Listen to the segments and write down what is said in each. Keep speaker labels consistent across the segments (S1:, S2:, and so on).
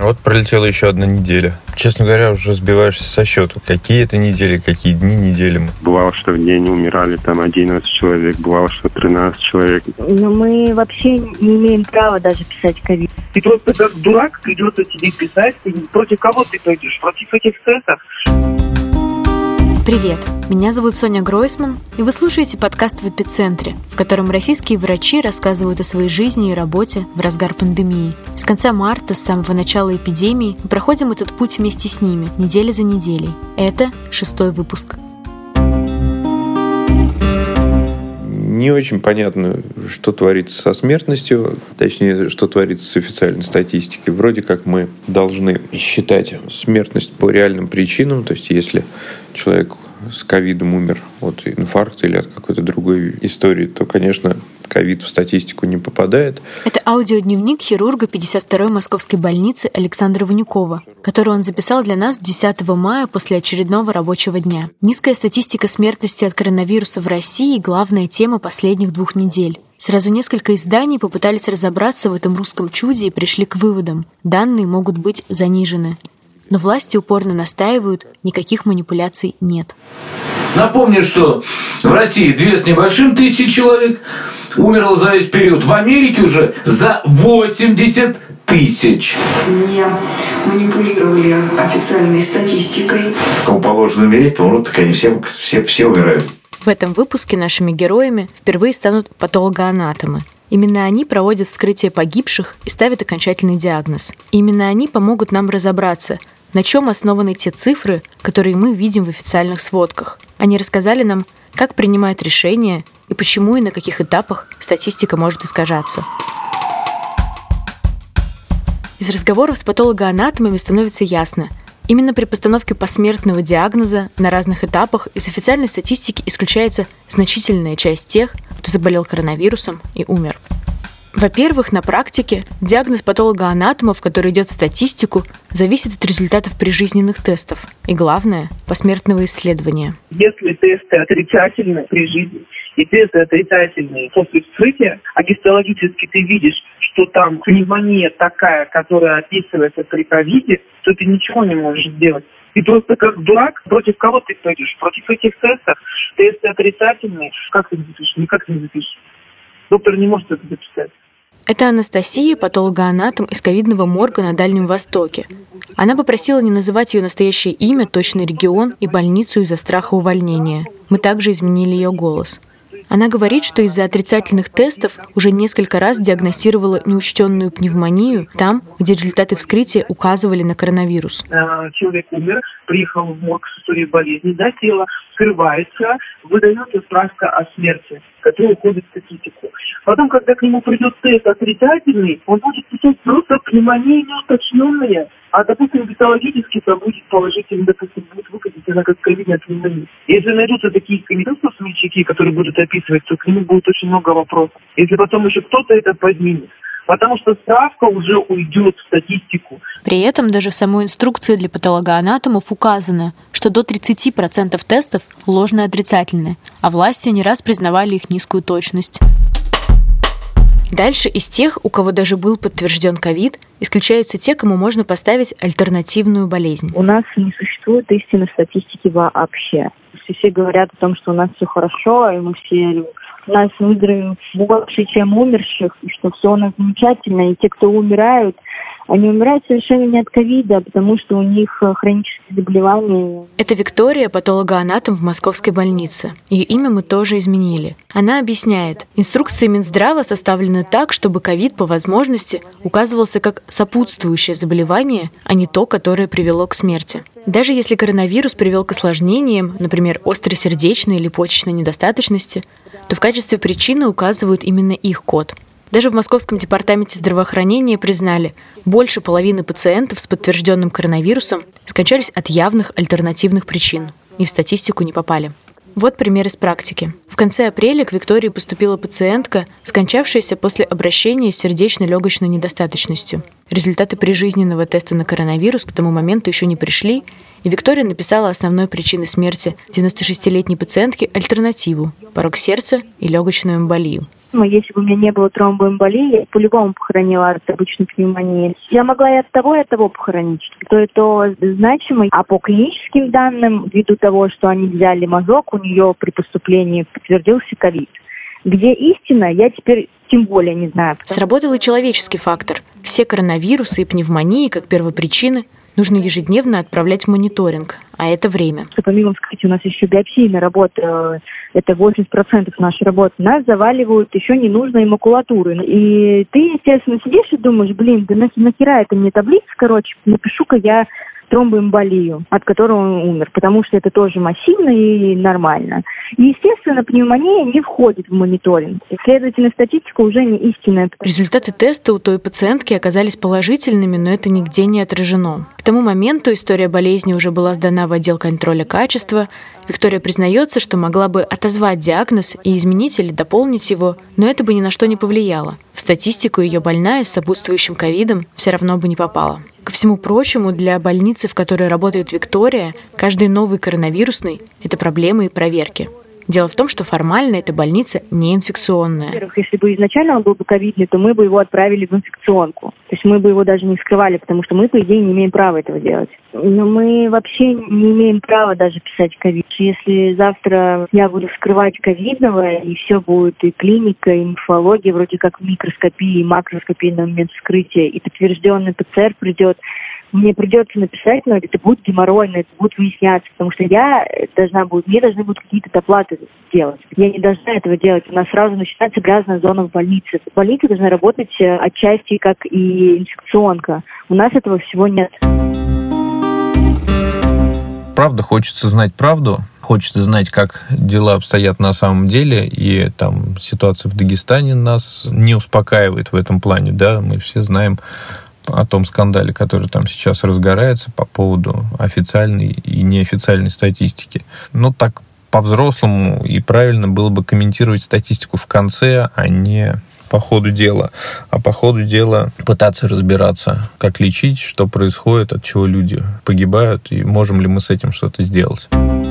S1: вот пролетела еще одна неделя. Честно говоря, уже сбиваешься со счету. Какие это недели, какие дни недели мы.
S2: Бывало, что в день умирали там 11 человек, бывало, что 13 человек.
S3: Но мы вообще не имеем права даже писать ковид.
S4: Ты просто как дурак придется тебе писать. Против кого ты пойдешь? Против этих тестов?
S5: Привет, меня зовут Соня Гройсман, и вы слушаете подкаст «В эпицентре», в котором российские врачи рассказывают о своей жизни и работе в разгар пандемии. С конца марта, с самого начала эпидемии, мы проходим этот путь вместе с ними, неделя за неделей. Это 6-й выпуск.
S1: Не очень понятно, что творится со смертностью, точнее, что творится с официальной статистикой. Вроде как мы должны считать смертность по реальным причинам, то есть если человек с ковидом умер от инфаркта или от какой-то другой истории, то, конечно, ковид в статистику не попадает.
S5: Это аудиодневник хирурга 52-й московской больницы Александра Ванюкова, который он записал для нас 10 мая после очередного рабочего дня. Низкая статистика смертности от коронавируса в России – главная тема последних 2 недель. Сразу несколько изданий попытались разобраться в этом русском чуде и пришли к выводам. Данные могут быть занижены. Но власти упорно настаивают, никаких манипуляций нет.
S6: Напомню, что в России 2 с небольшим тысячи человек умерло за весь период. В Америке уже за 80 тысяч.
S7: Не манипулировали официальной статистикой.
S8: Кому положено умереть, помрут, так они все умирают.
S5: В этом выпуске нашими героями впервые станут патологоанатомы. Именно они проводят вскрытие погибших и ставят окончательный диагноз. И именно они помогут нам разобраться, на чем основаны те цифры, которые мы видим в официальных сводках. Они рассказали нам, как принимают решения и почему и на каких этапах статистика может искажаться. Из разговоров с патологоанатомами становится ясно, именно при постановке посмертного диагноза на разных этапах из официальной статистики исключается значительная часть тех, кто заболел коронавирусом и умер. Во-первых, на практике диагноз патологоанатомов, который идет в статистику, зависит от результатов прижизненных тестов и, главное, посмертного исследования.
S4: Если тесты отрицательны при жизни и тесты отрицательные после вскрытия, а гистологически ты видишь, что там пневмония такая, которая описывается при ковиде, то ты ничего не можешь сделать. Ты просто как дурак, против кого ты пойдешь? Против этих тестов. Тесты отрицательные. Как ты запишешь? Никак не запишешь. Доктор не может это записать.
S5: Это Анастасия, патологоанатом из ковидного морга на Дальнем Востоке. Она попросила не называть ее настоящее имя, точный регион и больницу из-за страха увольнения. Мы также изменили ее голос. Она говорит, что из-за отрицательных тестов уже несколько раз диагностировала неучтенную пневмонию там, где результаты вскрытия указывали на коронавирус.
S4: Человек умер, приехал в морг с историей болезни, тело скрывается, выдается справка о смерти, которая уходит в статистику. Потом, когда к нему придет тест отрицательный, он будет писать просто пневмония неуточненная. А, допустим, гистологически то будет положительно, допустим, будет выглядеть она как ковидная пневмония. Если найдутся такие смельчаки, которые будут описывать, то к нему будет очень много вопросов. Если потом еще кто-то это поднимет. Потому что справка уже уйдет в статистику.
S5: При этом даже в самой инструкции для патологоанатомов указано, что до 30% тестов ложно-отрицательны, а власти не раз признавали их низкую точность. Дальше из тех, у кого даже был подтвержден ковид, исключаются те, кому можно поставить альтернативную болезнь.
S3: У нас не существует истинной статистики вообще. Все говорят о том, что у нас все хорошо, и у нас выздоровеют больше, чем умерших, и что все у нас замечательно, и те, кто умирают, они умирают совершенно не от ковида, а потому что у них хронические заболевания.
S5: Это Виктория, патологоанатом в московской больнице. Ее имя мы тоже изменили. Она объясняет, инструкции Минздрава составлены так, чтобы ковид по возможности указывался как сопутствующее заболевание, а не то, которое привело к смерти. Даже если коронавирус привел к осложнениям, например, острой сердечной или почечной недостаточности, то в качестве причины указывают именно их код. Даже в Московском департаменте здравоохранения признали, больше половины пациентов с подтвержденным коронавирусом скончались от явных альтернативных причин и в статистику не попали. Вот пример из практики. В конце апреля к Виктории поступила пациентка, скончавшаяся после обращения с сердечно-легочной недостаточностью. Результаты прижизненного теста на коронавирус к тому моменту еще не пришли, и Виктория написала основной причиной смерти 96-летней пациентки альтернативу – порок сердца и легочную эмболию.
S3: Если бы у меня не было тромбоэмболии, я по-любому похоронила от обычной пневмонии. Я могла и от того похоронить. То значимо. А по клиническим данным, ввиду того, что они взяли мазок, у нее при поступлении подтвердился ковид. Где истина, я теперь тем более не знаю.
S5: Сработал и человеческий фактор. Все коронавирусы и пневмонии, как первопричины, нужно ежедневно отправлять в мониторинг, а это время.
S3: Помимо вскрытия у нас еще биопсийная работа, это 80% нашей работы. Нас заваливают еще ненужной макулатурой. И ты, естественно, сидишь и думаешь, да нахера это мне таблица, напишу-ка я тромбоэмболию, от которого он умер, потому что это тоже массивно и нормально. И, естественно, пневмония не входит в мониторинг. И, следовательно, статистика уже не истинная.
S5: Результаты теста у той пациентки оказались положительными, но это нигде не отражено. К тому моменту история болезни уже была сдана в отдел контроля качества. Виктория признается, что могла бы отозвать диагноз и изменить или дополнить его, но это бы ни на что не повлияло. В статистику ее больная с сопутствующим ковидом все равно бы не попала. Ко всему прочему, для больницы, в которой работает Виктория, каждый новый коронавирусный – это проблемы и проверки. Дело в том, что формально эта больница не инфекционная.
S3: Во-первых, если бы изначально он был бы ковидный, то мы бы его отправили в инфекционку. То есть мы бы его даже не вскрывали, потому что мы, по идее, не имеем права этого делать. Но мы вообще не имеем права даже писать ковид. Если завтра я буду вскрывать ковидного, и все будет, и клиника, и морфология, вроде как в микроскопии, и макроскопии на момент вскрытия, и подтвержденный ПЦР придет, мне придется написать, но это будет геморройно, это будет выясняться, потому что мне должны будут какие-то доплаты делать. Я не должна этого делать. У нас сразу начинается грязная зона в больнице. Больница должна работать отчасти как и инфекционка. У нас этого всего нет.
S1: Правда, хочется знать правду. Хочется знать, как дела обстоят на самом деле. И там ситуация в Дагестане нас не успокаивает в этом плане. Да? Мы все знаем о том скандале, который там сейчас разгорается по поводу официальной и неофициальной статистики. Но так по-взрослому и правильно было бы комментировать статистику в конце, а не по ходу дела. А по ходу дела пытаться разбираться, как лечить, что происходит, от чего люди погибают, и можем ли мы с этим что-то сделать.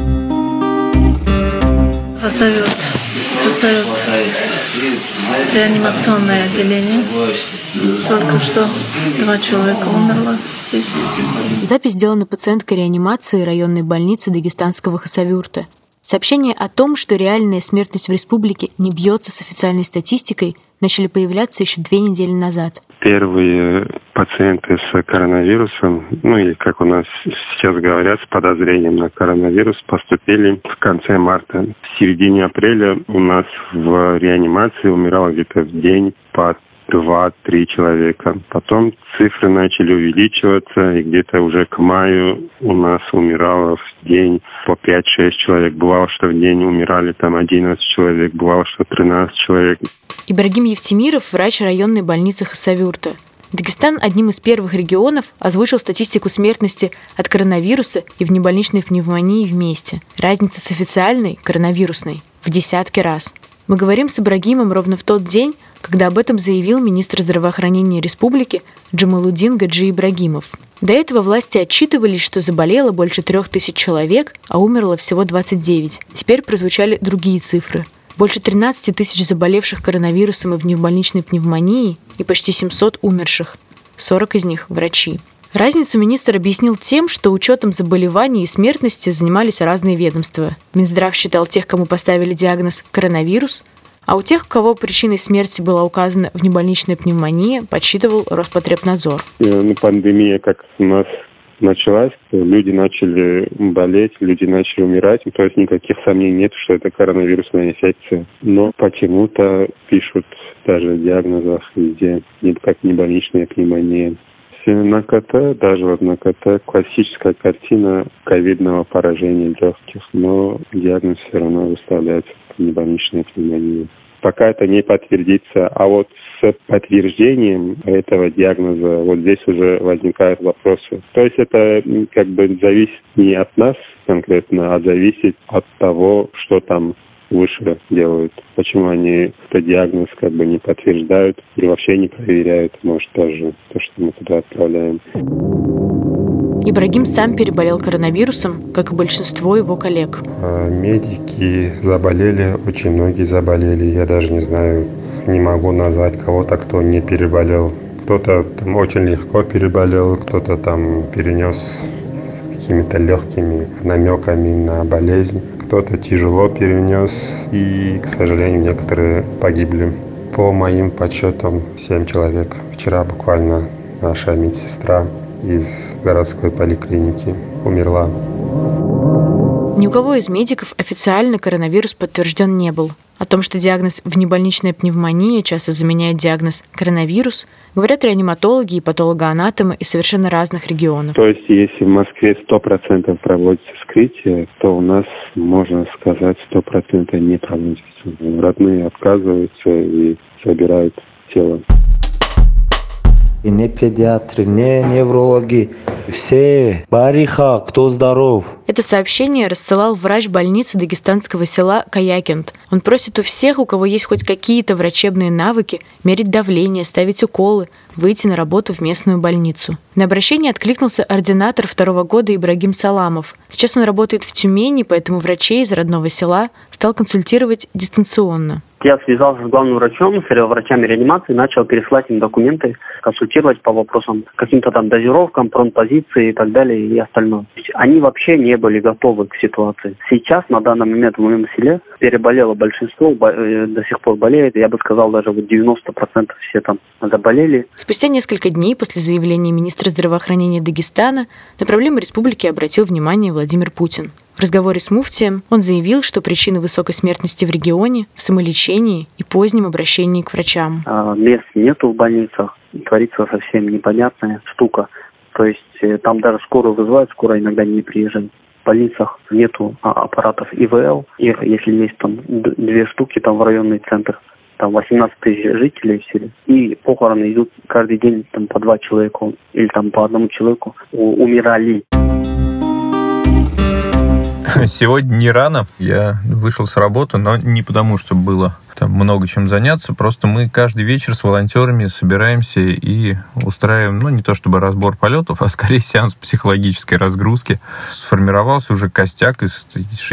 S9: Реанимационное отделение. Только что 2 человека умерло здесь.
S5: Запись сделана пациенткой реанимации районной больницы дагестанского Хасавюрта. Сообщения о том, что реальная смертность в республике не бьется с официальной статистикой, начали появляться еще 2 недели назад.
S2: Первые пациенты с коронавирусом, или как у нас сейчас говорят, с подозрением на коронавирус, поступили в конце марта. В середине апреля у нас в реанимации умирало где-то в день по 2-3 человека. Потом цифры начали увеличиваться, и где-то уже к маю у нас умирало в день по 5-6 человек. Бывало, что в день умирали 11 человек, бывало, что 13 человек.
S5: Ибрагим Евтимиров, врач районной больницы Хасавюрта. Дагестан одним из первых регионов озвучил статистику смертности от коронавируса и внебольничной пневмонии вместе. Разница с официальной, коронавирусной, в десятки раз. Мы говорим с Ибрагимом ровно в тот день, когда об этом заявил министр здравоохранения республики Джамалудин Гаджи Ибрагимов. До этого власти отчитывались, что заболело больше 3000 человек, а умерло всего 29. Теперь прозвучали другие цифры. Больше 13 тысяч заболевших коронавирусом и внебольничной пневмонией и почти 700 умерших. 40 из них – врачи. Разницу министр объяснил тем, что учетом заболеваний и смертности занимались разные ведомства. Минздрав считал тех, кому поставили диагноз коронавирус, а у тех, у кого причиной смерти была указана внебольничная пневмония, подсчитывал Роспотребнадзор.
S2: Пандемия как у нас началась, люди начали болеть, люди начали умирать. То есть никаких сомнений нет, что это коронавирусная инфекция. Но почему-то пишут даже в диагнозах везде, как внебольничная пневмония. На КТ, даже на КТ, классическая картина ковидного поражения легких, но диагноз все равно выставляется внебольничная пневмония. Пока это не подтвердится, а вот с подтверждением этого диагноза здесь уже возникают вопросы. То есть это зависит не от нас конкретно, а зависит от того, что там выше делают? Почему они этот диагноз как бы не подтверждают или вообще не проверяют, может, даже то, что мы туда отправляем?
S5: Ибрагим сам переболел коронавирусом, как и большинство его коллег.
S10: Медики заболели, очень многие заболели. Я даже не знаю, не могу назвать кого-то, кто не переболел. Кто-то там очень легко переболел, кто-то там перенес с какими-то легкими намеками на болезнь. Кто-то тяжело перенес, и, к сожалению, некоторые погибли. По моим подсчетам, 7 человек. Вчера буквально наша медсестра из городской поликлиники умерла.
S5: Ни у кого из медиков официально коронавирус подтвержден не был. О том, что диагноз внебольничная пневмония часто заменяет диагноз коронавирус, говорят реаниматологи и патологоанатомы из совершенно разных регионов.
S2: То есть, если в Москве 100% проводится вскрытие, то у нас, можно сказать, 100% не проводится. Родные отказываются и собирают тело.
S11: Не педиатры, не неврологи. Все. Бариха, кто здоров.
S5: Это сообщение рассылал врач больницы дагестанского села Каякент. Он просит у всех, у кого есть хоть какие-то врачебные навыки, мерить давление, ставить уколы, выйти на работу в местную больницу. На обращение откликнулся ординатор 2-го года Ибрагим Саламов. Сейчас он работает в Тюмени, поэтому врачей из родного села стал консультировать дистанционно.
S12: Я связался с главным врачом, с врачами реанимации, начал переслать им документы, консультировать по вопросам, каким-то там дозировкам, промпозиции и так далее и остальное. Они вообще не были готовы к ситуации. Сейчас, на данный момент в моем селе, переболело большинство, до сих пор болеет. Я бы сказал, даже 90% все там заболели.
S5: Спустя несколько дней после заявления министра здравоохранения Дагестана на проблемы республики обратил внимание Владимир Путин. В разговоре с муфтием он заявил, что причина высокой смертности в регионе в самолечении и позднем обращении к врачам.
S12: Мест нету в больницах, творится совсем непонятная штука. То есть там даже скорую вызывают, скорая иногда не приезжает. В больницах нету аппаратов ИВЛ. Их, если есть там 2 штуки там в районный центр, там 18 тысяч жителей в селе. И похороны идут каждый день там по 2 человека или там по 1 человеку умирали.
S1: Сегодня не рано. Я вышел с работы, но не потому, что было там много чем заняться. Просто мы каждый вечер с волонтерами собираемся и устраиваем, не то чтобы разбор полетов, а скорее сеанс психологической разгрузки. Сформировался уже костяк из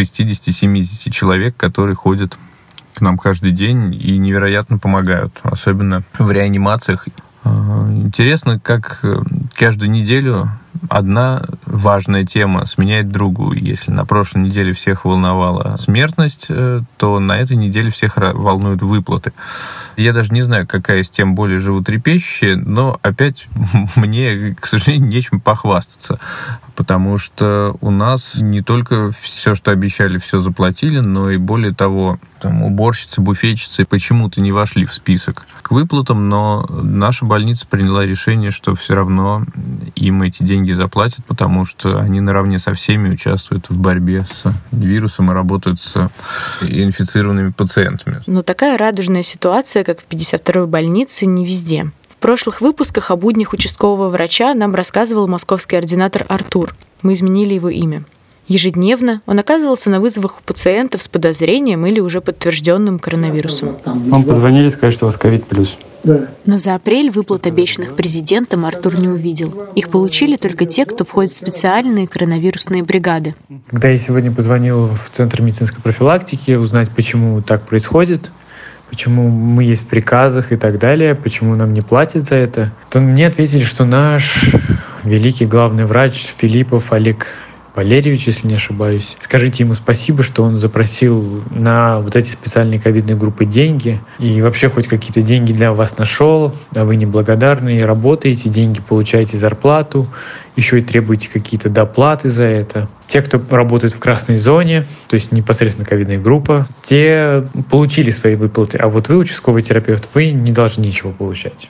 S1: 60-70 человек, которые ходят к нам каждый день и невероятно помогают, особенно в реанимациях. Интересно, как каждую неделю одна важная тема сменяет другую. Если на прошлой неделе всех волновала смертность, то на этой неделе всех волнуют выплаты. Я даже не знаю, какая из тем более животрепещущая, но опять мне, к сожалению, нечем похвастаться. Потому что у нас не только все, что обещали, все заплатили, но и более того, там, уборщицы, буфетчицы почему-то не вошли в список к выплатам, но наша больница приняла решение, что все равно им эти деньги заплатят, потому что они наравне со всеми участвуют в борьбе с вирусом и работают с инфицированными пациентами.
S5: Но такая радужная ситуация, как в 52-й больнице, не везде. В прошлых выпусках о буднях участкового врача нам рассказывал московский ординатор Артур. Мы изменили его имя. Ежедневно он оказывался на вызовах у пациентов с подозрением или уже подтвержденным коронавирусом.
S13: Вам позвонили, сказали, что у вас ковид плюс.
S5: Да. Но за апрель выплат, обещанных президентом, Артур не увидел. Их получили только те, кто входит в специальные коронавирусные бригады.
S13: Когда я сегодня позвонил в Центр медицинской профилактики узнать, почему так происходит, почему мы есть в приказах и так далее, почему нам не платят за это, то мне ответили, что наш великий главный врач Филиппов Олег Валерьевич, если не ошибаюсь. Скажите ему спасибо, что он запросил на вот эти специальные ковидные группы деньги и вообще хоть какие-то деньги для вас нашел, а вы неблагодарны и работаете, деньги получаете, зарплату, еще и требуете какие-то доплаты за это. Те, кто работает в красной зоне, то есть непосредственно ковидная группа, те получили свои выплаты, а вот вы, участковый терапевт, вы не должны ничего получать.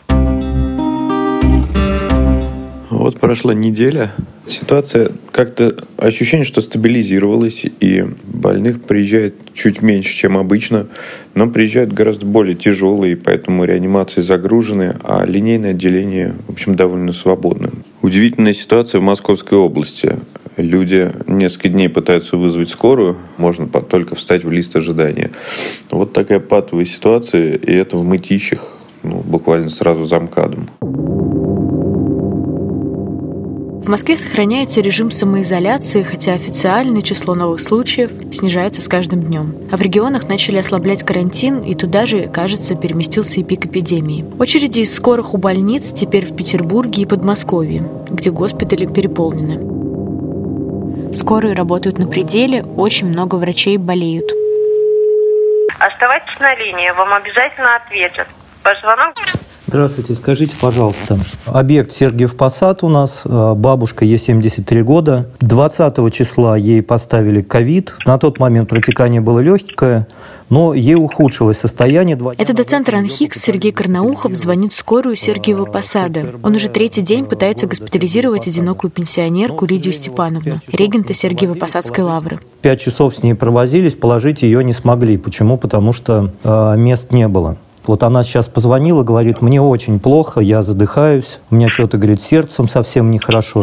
S1: Вот прошла неделя. Ситуация как-то ощущение, что стабилизировалась, и больных приезжает чуть меньше, чем обычно, но приезжают гораздо более тяжелые, поэтому реанимации загружены, а линейное отделение, в общем, довольно свободно. Удивительная ситуация в Московской области. люди несколько дней пытаются вызвать скорую, можно только встать в лист ожидания. Вот такая патовая ситуация, и это в Мытищах, буквально сразу за МКАДом.
S5: В Москве сохраняется режим самоизоляции, хотя официальное число новых случаев снижается с каждым днем. А в регионах начали ослаблять карантин, и туда же, кажется, переместился и пик эпидемии. Очереди из скорых у больниц теперь в Петербурге и Подмосковье, где госпитали переполнены. Скорые работают на пределе, очень много врачей болеют.
S14: Оставайтесь на линии, вам обязательно ответят. Ваш звонок...
S11: Здравствуйте, скажите, пожалуйста, объект Сергиев Посад у нас, бабушка, ей 73 года, 20 числа ей поставили ковид, на тот момент протекание было легкое, но ей ухудшилось состояние.
S5: Это доцент РАНХИКС Сергей Карнаухов звонит в скорую Сергиева Посада. Он уже 3-й день пытается госпитализировать одинокую пенсионерку Лидию Степановну, регента Сергиево-Посадской лавры.
S11: 5 часов с ней провозились, положить ее не смогли. Почему? Потому что мест не было. Вот она сейчас позвонила, говорит, мне очень плохо, я задыхаюсь, у меня что-то, говорит, сердцем совсем нехорошо.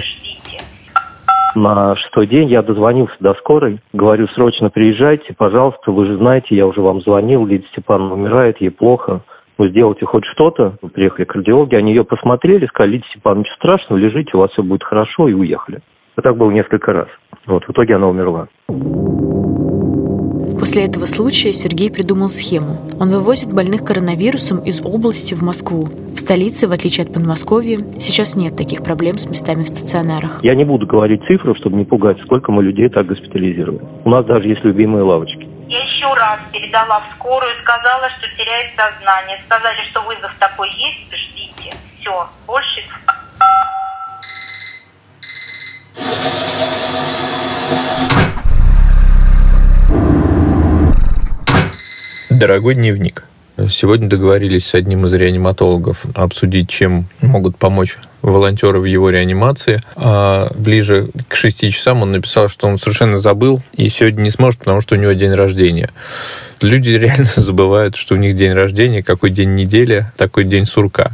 S12: На 6-й день я дозвонился до скорой, говорю, срочно приезжайте, пожалуйста, вы же знаете, я уже вам звонил, Лидия Степановна умирает, ей плохо, вы сделайте хоть что-то. Приехали кардиологи, они ее посмотрели, сказали, Лидия Степановна, ничего страшного, лежите, у вас все будет хорошо, и уехали. И так было несколько раз. Вот, в итоге она умерла.
S5: После этого случая Сергей придумал схему. Он вывозит больных коронавирусом из области в Москву. В столице, в отличие от Подмосковья, сейчас нет таких проблем с местами в стационарах.
S12: Я не буду говорить цифру, чтобы не пугать, сколько мы людей так госпитализировали. У нас даже есть любимые лавочки.
S14: Я еще раз передала в скорую, сказала, что теряет сознание. Сказали, что вызов такой есть, ждите. Все, больше...
S1: Дорогой дневник. Сегодня договорились с одним из реаниматологов обсудить, чем могут помочь волонтеры в его реанимации. А ближе к 6 часам он написал, что он совершенно забыл и сегодня не сможет, потому что у него день рождения. Люди реально забывают, что у них день рождения, какой день недели, такой день сурка.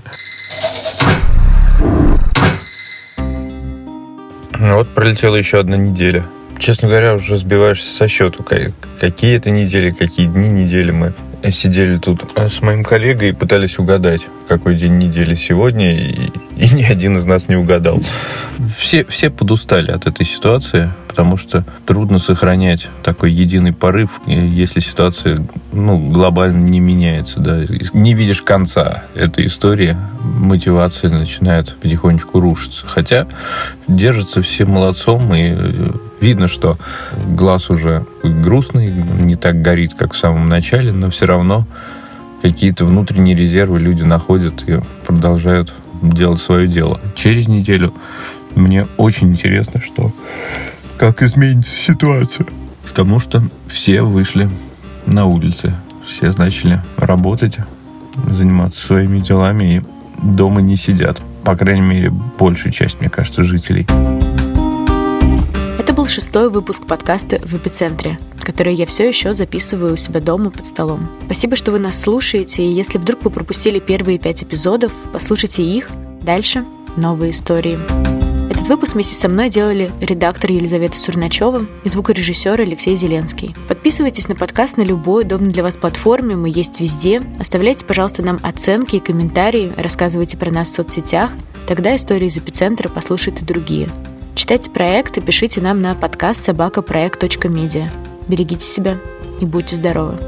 S1: Вот пролетела еще одна неделя. Честно говоря, уже сбиваешься со счету, какие это недели, какие дни недели. Мы сидели тут с моим коллегой и пытались угадать, какой день недели сегодня, и ни один из нас не угадал. Все подустали от этой ситуации, потому что трудно сохранять такой единый порыв, если ситуация глобально не меняется. Да. Не видишь конца этой истории, мотивация начинает потихонечку рушиться. Хотя держатся все молодцом, и видно, что глаз уже грустный, не так горит, как в самом начале, но все равно какие-то внутренние резервы люди находят и продолжают делать свое дело. Через неделю мне очень интересно, как изменится ситуация. Потому что все вышли на улицы, все начали работать, заниматься своими делами и дома не сидят. По крайней мере, большая часть, мне кажется, жителей.
S5: Это был 6-й выпуск подкаста «В эпицентре», который я все еще записываю у себя дома под столом. Спасибо, что вы нас слушаете, и если вдруг вы пропустили первые 5 эпизодов, послушайте их. Дальше новые истории. Этот выпуск вместе со мной делали редактор Елизавета Сурначева и звукорежиссер Алексей Зеленский. Подписывайтесь на подкаст на любой удобной для вас платформе, мы есть везде. Оставляйте, пожалуйста, нам оценки и комментарии, рассказывайте про нас в соцсетях, тогда истории из эпицентра послушают и другие. Читайте проект и пишите нам на podcast@projekt.media. Берегите себя и будьте здоровы.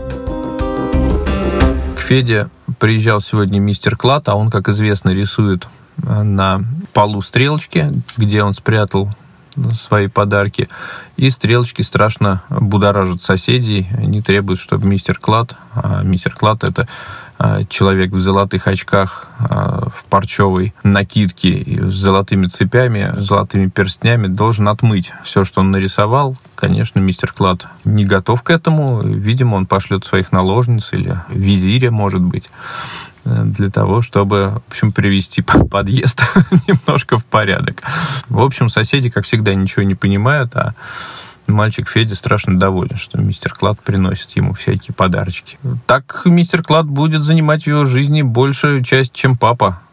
S1: К Феде приезжал сегодня мистер Клад, а он, как известно, рисует на полу стрелочки, где он спрятал свои подарки. И стрелочки страшно будоражат соседей. Они требуют, чтобы мистер Клад, а мистер Клад — это человек в золотых очках, в парчевой накидке, и с золотыми цепями, с золотыми перстнями, должен отмыть все, что он нарисовал. Конечно, мистер Клад не готов к этому. Видимо, он пошлет своих наложниц или визиря, может быть, для того, чтобы, в общем, привести подъезд немножко в порядок. В общем, соседи, как всегда, ничего не понимают, а мальчик Федя страшно доволен, что мистер Клад приносит ему всякие подарочки. Так мистер Клад будет занимать в его жизни большую часть, чем папа.